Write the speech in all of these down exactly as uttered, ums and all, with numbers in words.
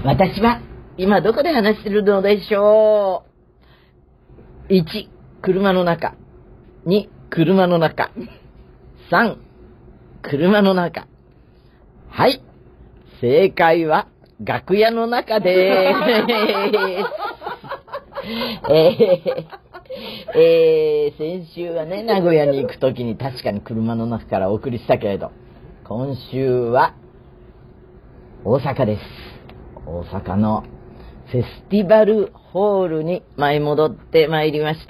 私は今どこで話してるのでしょう。いち、車の中。に、車の中。さん、車の中。はい。正解は楽屋の中でーす。えーえー、先週はね、名古屋に行くときに確かに車の中からお送りしたけれど、今週は大阪です。大阪のフェスティバルホールに舞い戻ってまいりました。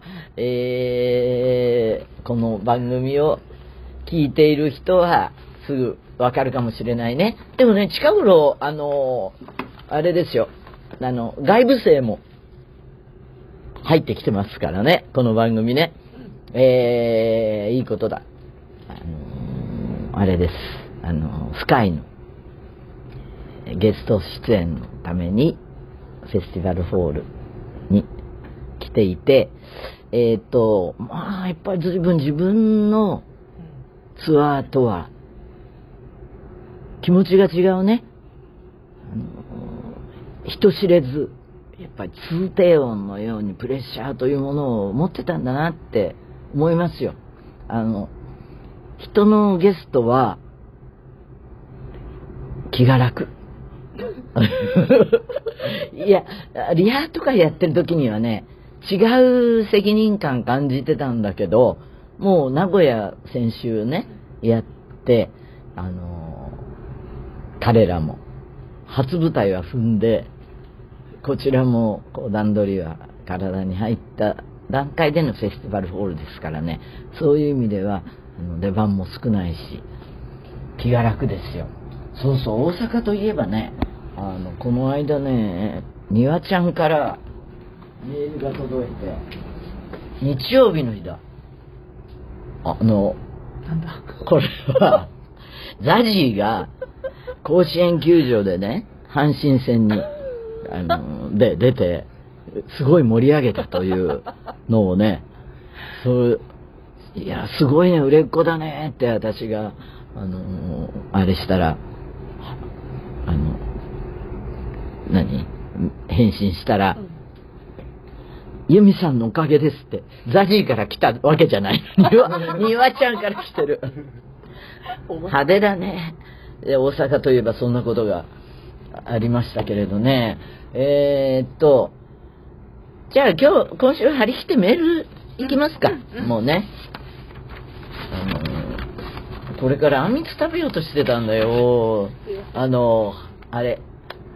えー、この番組を聞いている人はすぐわかるかもしれないね。でもね、近頃、あの、あれですよ、あの、外部生も入ってきてますからね、この番組ね。えー、いいことだ。あのー、あれです。あの、スカイのゲスト出演のためにフェスティバルホールに来ていて、えっと、まあ、やっぱり随分自分のツアーとは気持ちが違うね。あのー、人知れず、やっぱり通低音のようにプレッシャーというものを持ってたんだなって思いますよ。あの、人のゲストは気が楽。いや、リハとかやってる時にはね、違う責任感感じてたんだけど、もう名古屋先週ね、やって、あのー、彼らも初舞台は踏んで、こちらもこう段取りは体に入った段階でのフェスティバルホールですからね、そういう意味ではあの出番も少ないし気が楽ですよ。そうそう、大阪といえばね、あのこの間ね、にわちゃんからメールが届いて、日曜日の日だ。あのなんだこれはザジーが甲子園球場でね、阪神戦にあので出てすごい盛り上げたというのをね、そういやすごいね、売れっ子だねって私があのあれしたら、あの何返信したら、うん、ユミさんのおかげですってザジーから来たわけじゃないにわ、にわちゃんから来てる。派手だね。で大阪といえばそんなことがありましたけれどね。えー、っとじゃあ今日今週張り切ってメールいきますか。もうね、あのー、これからあんみつ食べようとしてたんだよ。あのー、あれ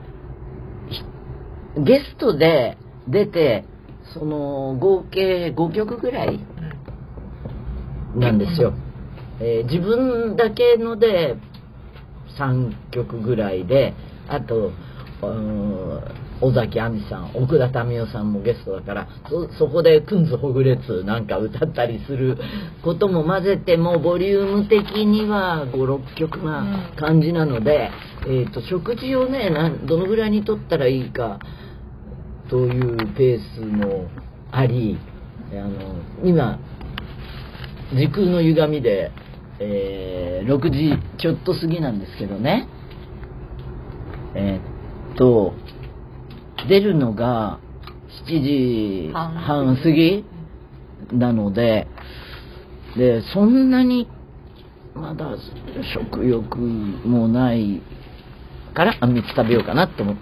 ゲストで出てその合計ごきょくぐらいなんですよ。えー、自分だけのでさんきょくぐらいで、あと尾崎亜美さん、奥田民生さんもゲストだから、 そ, そこでくんずほぐれつなんか歌ったりすることも混ぜて、もうボリューム的にはご、ろっきょくな感じなので、うん、えーと食事をねなどのぐらいにとったらいいかというペースもあり、あの今時空の歪みで、えー、ろくじちょっと過ぎなんですけどね、えー、っと出るのがしちじはん過ぎなので、でそんなにまだ食欲もないからあんみつ食べようかなと思って、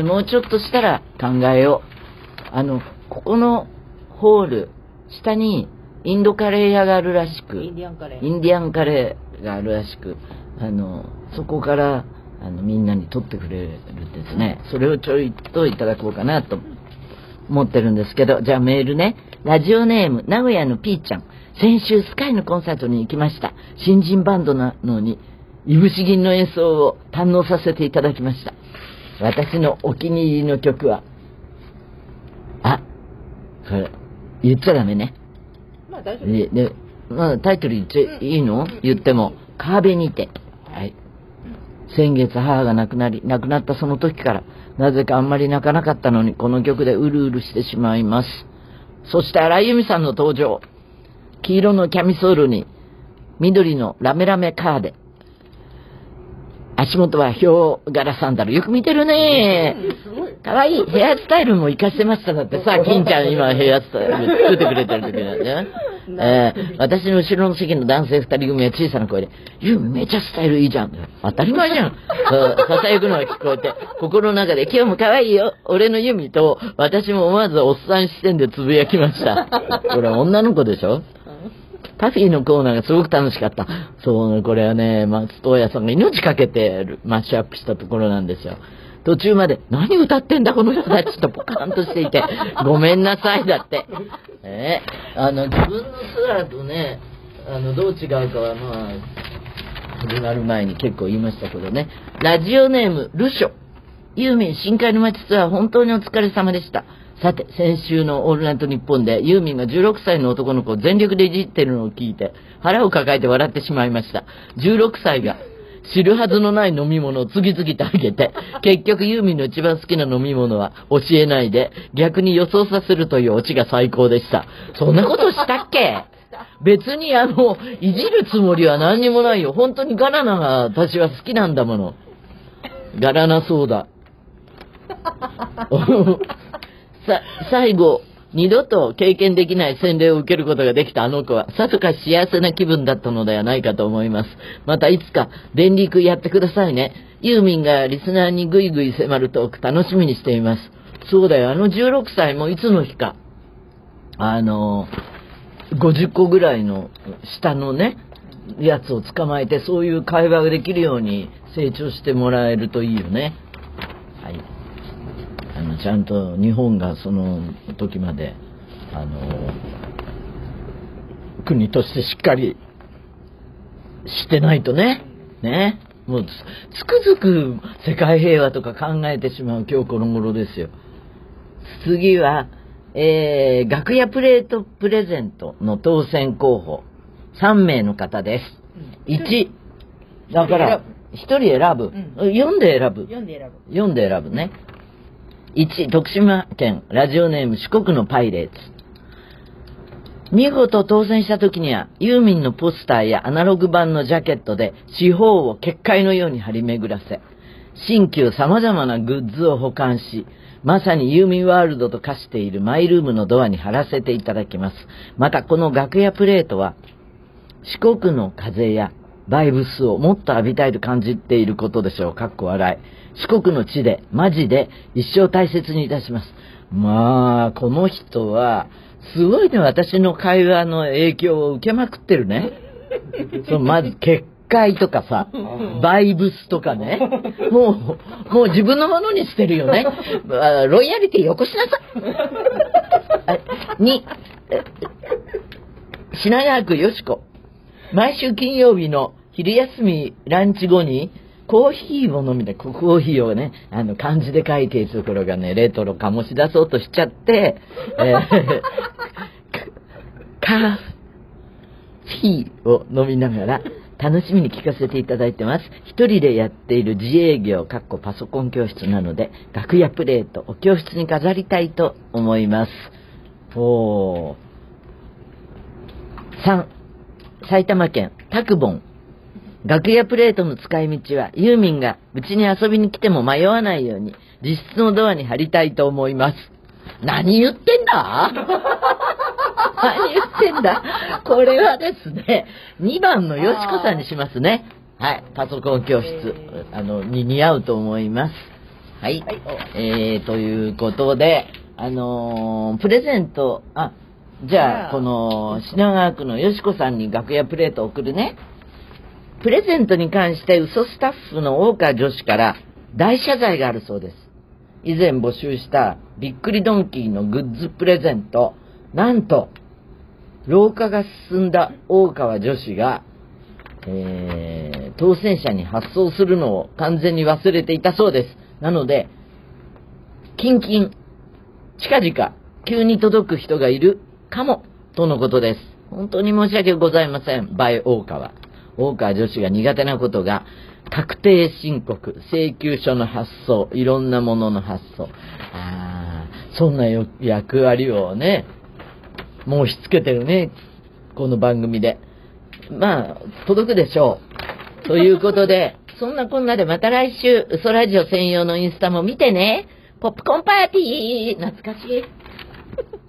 もうちょっとしたら考えよう。あのここのホール下にインドカレー屋があるらしく、 インディアンカレーインディアンカレーがあるらしく、あのそこからあのみんなに取ってくれるんですね。それをちょいといただこうかなと思ってるんですけど、じゃあメールね。ラジオネーム名古屋のピーちゃん。先週スカイのコンサートに行きました。新人バンドなのにいぶし銀の演奏を堪能させていただきました。私のお気に入りの曲は、あ、それ言っちゃダメね。 まあ大丈夫でで、まあ、タイトル言っちゃいいの、うん、言っても川辺にて、はい、先月母が亡くなり、亡くなったその時からなぜかあんまり泣かなかったのに、この曲でうるうるしてしまいます。そして荒井由実さんの登場。黄色のキャミソールに緑のラメラメカーデ。 足元はヒョウ柄サンダル。よく見てるね。かわいい。ヘアスタイルも活かしてました。だってさ、金ちゃん今ヘアスタイル作ってくれてる時なんだよ。えー、私の後ろの席の男性二人組は小さな声で、ユーミめちゃスタイルいいじゃん。当たり前じゃん。ささやくのが聞こえて、心の中で今日も可愛いよ。俺のユミと、私も思わずおっさん視点でつぶやきました。これ女の子でしょ？パフィーのコーナーがすごく楽しかった。そうね、これはね、松任谷さんが命かけてマッシュアップしたところなんですよ。途中まで、何歌ってんだこの人たちとポカーンとしていて、ごめんなさいだって。えー、あの、自分のツアーとね、あの、どう違うかはまあ、始まる前に結構言いましたけどね。ラジオネーム、ルショ。ユーミン深海の街ツアー本当にお疲れ様でした。さて、先週のオールナイトニッポンでユーミンがじゅうろくさいの男の子を全力でいじってるのを聞いて腹を抱えて笑ってしまいました。じゅうろくさいが知るはずのない飲み物を次々とあげて、結局ユーミンの一番好きな飲み物は教えないで逆に予想させるというオチが最高でした。そんなことしたっけ？別にあの、いじるつもりは何にもないよ。本当にガラナが私は好きなんだもの。ガラナソーダ。さ、最後、二度と経験できない洗礼を受けることができたあの子は、さぞかし幸せな気分だったのではないかと思います。またいつか、電力やってくださいね。ユーミンがリスナーにぐいぐい迫るトーク楽しみにしています。そうだよ、あのじゅうろくさいもいつの日か、あの、ごじゅっこぐらいの下のね、やつを捕まえて、そういう会話ができるように成長してもらえるといいよね。はい。あのちゃんと日本がその時まであの国としてしっかりしてないとね、ね、もうつくづく世界平和とか考えてしまう今日この頃ですよ。次は、えー、楽屋プレートプレゼントの当選候補さんめいの方です。いちだからひとり選ぶ、うん、よんで選ぶよんで選ぶよんで選ぶね。いち、徳島県ラジオネーム四国のパイレーツ。見事当選した時にはユーミンのポスターやアナログ版のジャケットで四方を結界のように張り巡らせ、新旧様々なグッズを保管し、まさにユーミンワールドと化しているマイルームのドアに貼らせていただきます。またこの楽屋プレートは四国の風やバイブスをもっと浴びたいと感じていることでしょう。かっこ笑い。四国の地で、マジで一生大切にいたします。まあ、この人は、すごいね、私の会話の影響を受けまくってるね。そのまず、結界とかさ、バイブスとかね。もう、もう自分のものにしてるよね。ロイヤリティよこしなさい。に、品川区よしこ。毎週金曜日の昼休みランチ後にコーヒーを飲みで、コーヒーをね、あの漢字で書いているところがね、レトロ醸し出そうとしちゃって、えー、カフィーを飲みながら楽しみに聞かせていただいてます。一人でやっている自営業、かっこパソコン教室なので、楽屋プレートを教室に飾りたいと思います。おー。さん、埼玉県タクボン。楽屋プレートの使い道はユーミンがうちに遊びに来ても迷わないように実質のドアに貼りたいと思います。何言ってんだ何言ってんだこれはですね、にばんのよしこさんにしますね。はい、パソコン教室あのに似合うと思います。はい、はい、えー、ということで、あのー、プレゼント、あ、じゃあこの品川区のよしこさんに楽屋プレートを送るね。プレゼントに関して嘘スタッフの大川女子から大謝罪があるそうです。以前募集したびっくりドンキーのグッズプレゼント、なんと老化が進んだ大川女子が、えー、当選者に発送するのを完全に忘れていたそうです。なのでキンキン近々急に届く人がいるかもとのことです。本当に申し訳ございません。バイ大川。大川女子が苦手なことが確定申告、請求書の発送、いろんなものの発送、あー、そんな役割をね申し付けてるね、この番組で。まあ届くでしょうということで、 そんなこんなでまた来週、嘘ラジオ専用のインスタも見てね。ポップコーンパーティー懐かしい。